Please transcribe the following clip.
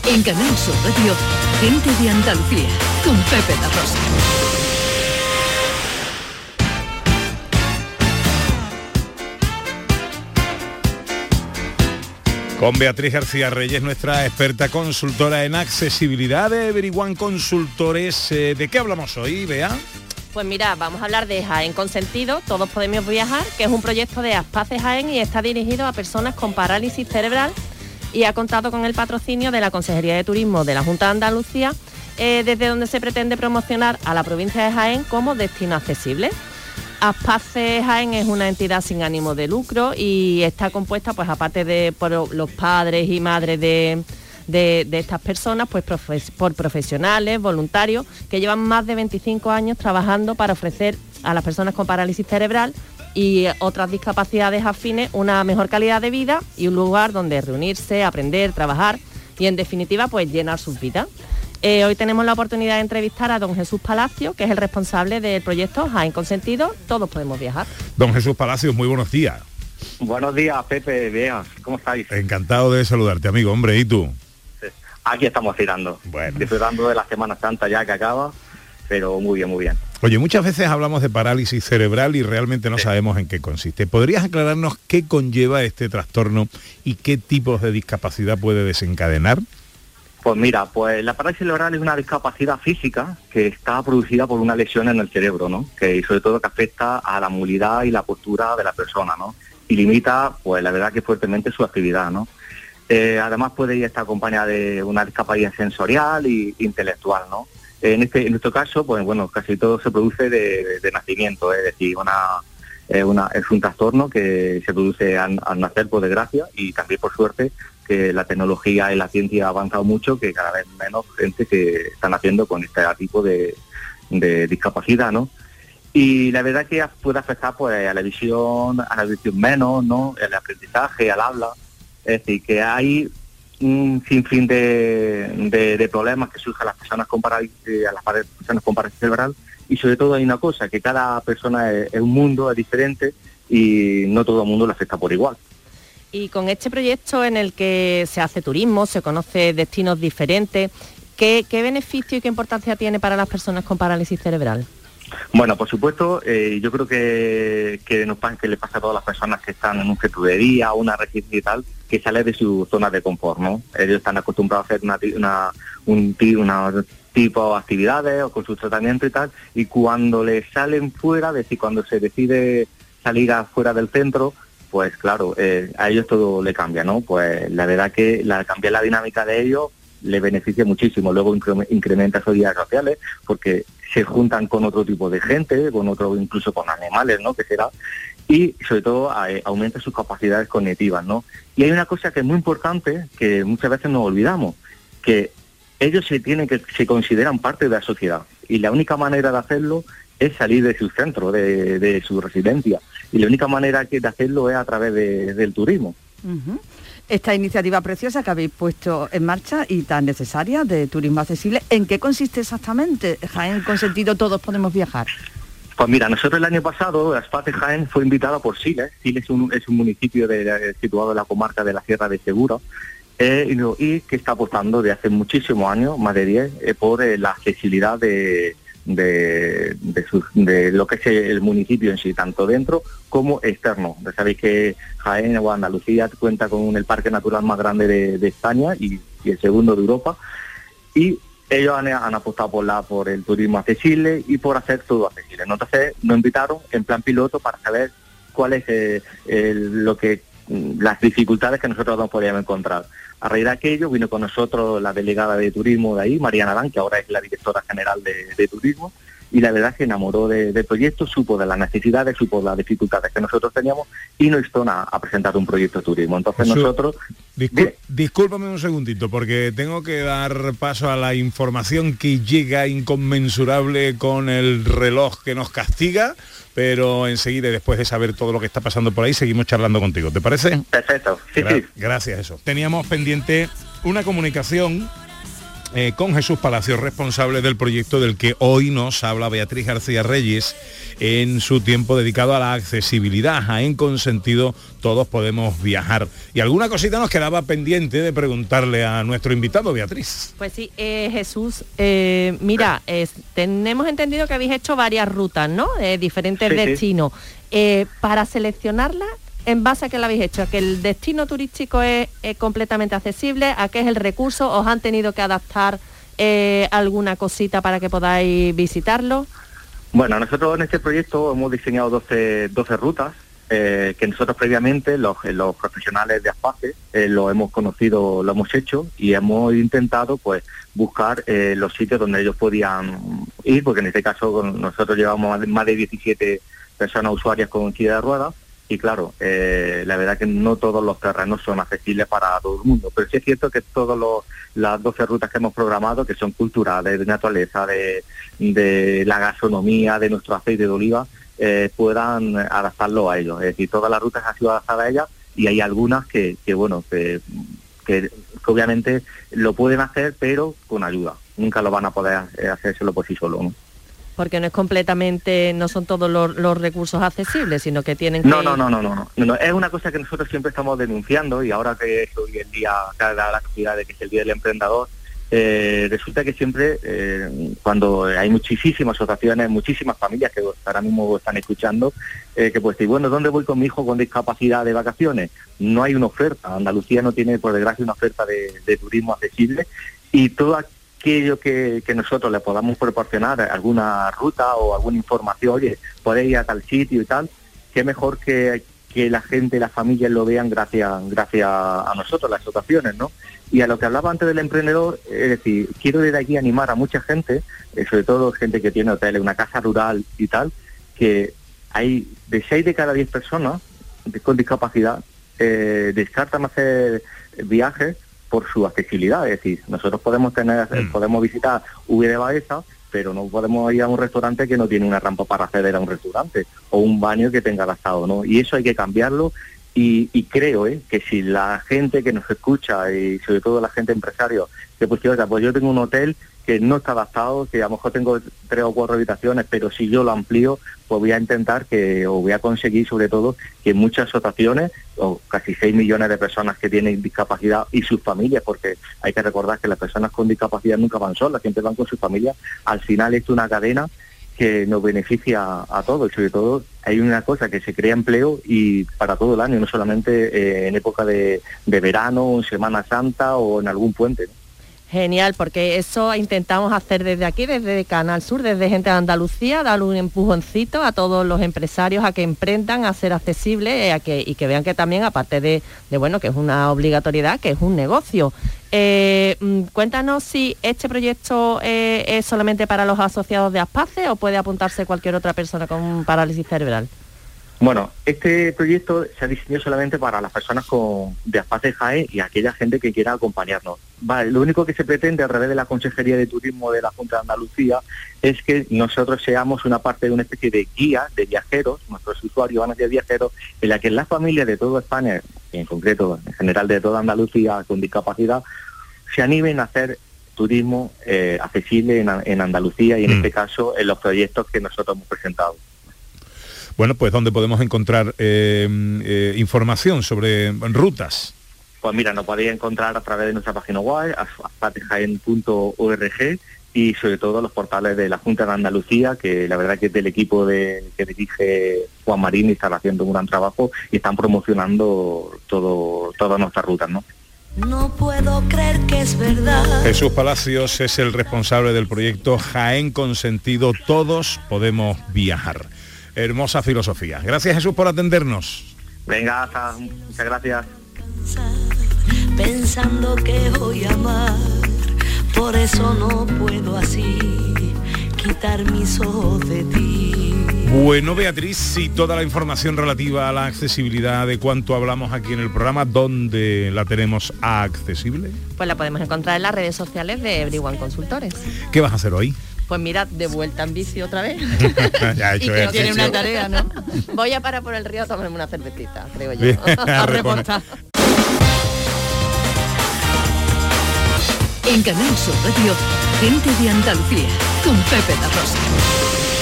En Canal Sur Radio, Gente de Andalucía, con Pepe La Rosa. Con Beatriz García Reyes, nuestra experta consultora en accesibilidad de Everyone Consultores. ¿De qué hablamos hoy, Bea? Pues mira, vamos a hablar de Jaén Consentido, Todos Podemos Viajar, que es un proyecto de Aspace Jaén y está dirigido a personas con parálisis cerebral y ha contado con el patrocinio de la Consejería de Turismo de la Junta de Andalucía, desde donde se pretende promocionar a la provincia de Jaén como destino accesible. Aspace Jaén es una entidad sin ánimo de lucro y está compuesta, pues aparte por los padres y madres de estas personas, pues por profesionales, voluntarios, que llevan más de 25 años trabajando para ofrecer a las personas con parálisis cerebral y otras discapacidades afines una mejor calidad de vida y un lugar donde reunirse, aprender, trabajar y en definitiva pues llenar sus vidas. Hoy tenemos la oportunidad de entrevistar a don Jesús Palacio, que es el responsable del proyecto Jaén Consentido, Todos Podemos Viajar. Don Jesús Palacios, muy buenos días. Buenos días, Pepe, Bea, ¿cómo estáis? Encantado de saludarte, amigo. Hombre, ¿y tú? Aquí estamos tirando, disfrutando de la Semana Santa ya que acaba, pero muy bien, muy bien. Oye, muchas veces hablamos de parálisis cerebral y realmente no sabemos en qué consiste. ¿Podrías aclararnos qué conlleva este trastorno y qué tipos de discapacidad puede desencadenar? Pues mira, pues la parálisis cerebral es una discapacidad física que está producida por una lesión en el cerebro, ¿no? Que sobre todo que afecta a la movilidad y la postura de la persona, ¿no? Y limita, pues la verdad que fuertemente su actividad, ¿no? Además puede estar acompañada de una discapacidad sensorial e intelectual, ¿no? En nuestro caso, pues bueno, casi todo se produce de nacimiento, es decir, es un trastorno que se produce al nacer, por desgracia, y también por suerte que la tecnología y la ciencia ha avanzado mucho, que cada vez menos gente se están haciendo con este tipo de discapacidad, ¿no? Y la verdad que puede afectar pues a la visión menos, ¿no? El aprendizaje, al habla. Es decir, que hay un sinfín de problemas que surgen a las personas con parálisis cerebral, y sobre todo hay una cosa, que cada persona es un mundo, es diferente y no todo el mundo le afecta por igual. Y con este proyecto en el que se hace turismo, se conoce destinos diferentes, ¿qué beneficio y qué importancia tiene para las personas con parálisis cerebral? Bueno, por supuesto, yo creo que le pasa a todas las personas que están en un centro de día, una residencia y tal, que sale de su zona de confort, ¿no? Ellos están acostumbrados a hacer un tipo de actividades o con su tratamiento y tal, y cuando les salen fuera, es decir, cuando se decide salir afuera del centro, pues claro, a ellos todo le cambia, ¿no? Pues la verdad que cambiar la dinámica de ellos le beneficia muchísimo. Luego incrementa sus días sociales porque se juntan con otro tipo de gente, incluso con animales, ¿no? Que será, y sobre todo aumenta sus capacidades cognitivas, ¿no? Y hay una cosa que es muy importante, que muchas veces nos olvidamos, que ellos se consideran parte de la sociedad, y la única manera de hacerlo es salir de su centro, de su residencia, y la única manera de hacerlo es a través del turismo. Uh-huh. Esta iniciativa preciosa que habéis puesto en marcha y tan necesaria de turismo accesible, ¿en qué consiste exactamente? Jaén Consentido, Todos Podemos Viajar. Pues mira, nosotros el año pasado, Aspace Jaén fue invitada por Siles. Siles es un municipio situado en la comarca de la Sierra de Segura, y que está apostando de hace muchísimos años, más de 10, por la accesibilidad de lo que es el municipio en sí, tanto dentro como externo. Ya sabéis que Jaén o Andalucía cuenta con el parque natural más grande de España y el segundo de Europa, y ellos han apostado por el turismo accesible y por hacer todo accesible. Entonces nos invitaron en plan piloto para saber cuáles las dificultades que nosotros nos podíamos encontrar. A raíz de aquello vino con nosotros la delegada de turismo de ahí, Mariana Dan, que ahora es la directora general de turismo, y la verdad es que enamoró del proyecto, supo de las necesidades, supo de las dificultades que nosotros teníamos y nos hizo a presentar un proyecto de turismo. Entonces nosotros... Discúlpame un segundito, porque tengo que dar paso a la información que llega inconmensurable con el reloj que nos castiga, pero enseguida, después de saber todo lo que está pasando por ahí, seguimos charlando contigo. ¿Te parece? Perfecto, sí. Gracias, eso. Teníamos pendiente una comunicación con Jesús Palacios, responsable del proyecto del que hoy nos habla Beatriz García Reyes en su tiempo dedicado a la accesibilidad. Jaén con sentido, todos podemos viajar. Y alguna cosita nos quedaba pendiente de preguntarle a nuestro invitado, Beatriz. Pues sí, Jesús, mira, tenemos entendido que habéis hecho varias rutas, ¿no? Diferentes destinos. Para seleccionarlas, ¿en base a qué la habéis hecho? ¿A que el destino turístico es completamente accesible? ¿A qué es el recurso? ¿Os han tenido que adaptar alguna cosita para que podáis visitarlo? Bueno, nosotros en este proyecto hemos diseñado 12 rutas que nosotros previamente, los profesionales de Aspace, lo hemos conocido, lo hemos hecho y hemos intentado pues buscar los sitios donde ellos podían ir, porque en este caso nosotros llevamos más de 17 personas usuarias con silla de ruedas. Y claro, la verdad que no todos los terrenos son accesibles para todo el mundo, pero sí es cierto que todas las 12 rutas que hemos programado, que son culturales, de naturaleza, de la gastronomía, de nuestro aceite de oliva, puedan adaptarlo a ellos. Es decir, todas las rutas han sido adaptadas a ellas y hay algunas que obviamente lo pueden hacer, pero con ayuda. Nunca lo van a poder hacérselo por sí solo, ¿no? Porque no es completamente, no son todos los recursos accesibles, sino que tienen que... No. Es una cosa que nosotros siempre estamos denunciando, y ahora que es hoy el día, cada la actividad de que es el Día del Emprendedor, resulta que siempre, cuando hay muchísimas asociaciones, muchísimas familias que ahora mismo están escuchando, que pues, bueno, ¿dónde voy con mi hijo con discapacidad de vacaciones? No hay una oferta. Andalucía no tiene, por desgracia, una oferta de turismo accesible, y todo aquello que nosotros le podamos proporcionar, alguna ruta o alguna información, oye, podéis ir a tal sitio y tal, qué mejor que la gente, las familias lo vean gracias a nosotros, las asociaciones, ¿no? Y a lo que hablaba antes del emprendedor, es decir, quiero desde aquí animar a mucha gente, sobre todo gente que tiene hoteles, una casa rural y tal, que hay de 6 de cada 10 personas con discapacidad descartan hacer viajes por su accesibilidad. Es decir, nosotros podemos podemos visitar Ubi de Baeza, pero no podemos ir a un restaurante que no tiene una rampa para acceder a un restaurante, o un baño que tenga adaptado, ¿no? Y eso hay que cambiarlo, y creo que si la gente que nos escucha, y sobre todo la gente empresaria, que pues yo tengo un hotel que no está adaptado, que a lo mejor tengo 3 o 4 habitaciones, pero si yo lo amplío, pues voy a intentar voy a conseguir sobre todo que muchas asociaciones, o casi 6 millones de personas que tienen discapacidad y sus familias, porque hay que recordar que las personas con discapacidad nunca van solas, siempre van con sus familias. Al final es una cadena que nos beneficia a todos, y sobre todo hay una cosa, que se crea empleo y para todo el año, no solamente en época de verano, en Semana Santa o en algún puente, ¿no? Genial, porque eso intentamos hacer desde aquí, desde Canal Sur, desde Gente de Andalucía, darle un empujoncito a todos los empresarios a que emprendan, a ser accesibles, y que vean que también, aparte de bueno, que es una obligatoriedad, que es un negocio. Cuéntanos si este proyecto es solamente para los asociados de Aspace o puede apuntarse cualquier otra persona con parálisis cerebral. Bueno, este proyecto se ha diseñado solamente para las personas de Aspace Jaén y aquella gente que quiera acompañarnos. Vale, lo único que se pretende a través de la Consejería de Turismo de la Junta de Andalucía es que nosotros seamos una parte de una especie de guía de viajeros, nuestros usuarios van a ser viajeros, en la que las familias de toda España, y en concreto, en general de toda Andalucía con discapacidad, se animen a hacer turismo accesible en Andalucía, y en este caso en los proyectos que nosotros hemos presentado. Bueno, pues ¿dónde podemos encontrar información sobre rutas? Pues mira, nos podéis encontrar a través de nuestra página web, aspacejaen.org, y sobre todo los portales de la Junta de Andalucía, que la verdad que es del equipo que dirige Juan Marín, y están haciendo un gran trabajo y están promocionando todas nuestras rutas, ¿no? No puedo creer que es verdad. Jesús Palacios es el responsable del proyecto Jaén con Sentido, todos podemos viajar. Hermosa filosofía. Gracias, Jesús, por atendernos. Venga, muchas gracias. Pensando que voy a amar, por eso no puedo así quitar mis ojos de ti. Bueno, Beatriz, y toda la información relativa a la accesibilidad de cuánto hablamos aquí en el programa, ¿dónde la tenemos accesible? Pues la podemos encontrar en las redes sociales de Everyone Consultores. ¿Qué vas a hacer hoy? Pues mira, de vuelta en bici otra vez. Ya y que no tiene una tarea, ¿no? Voy a parar por el río a tomarme una cervecita, creo yo. A reportar. En Canal Sur Radio, Gente de Andalucía, con Pepe La Rosa.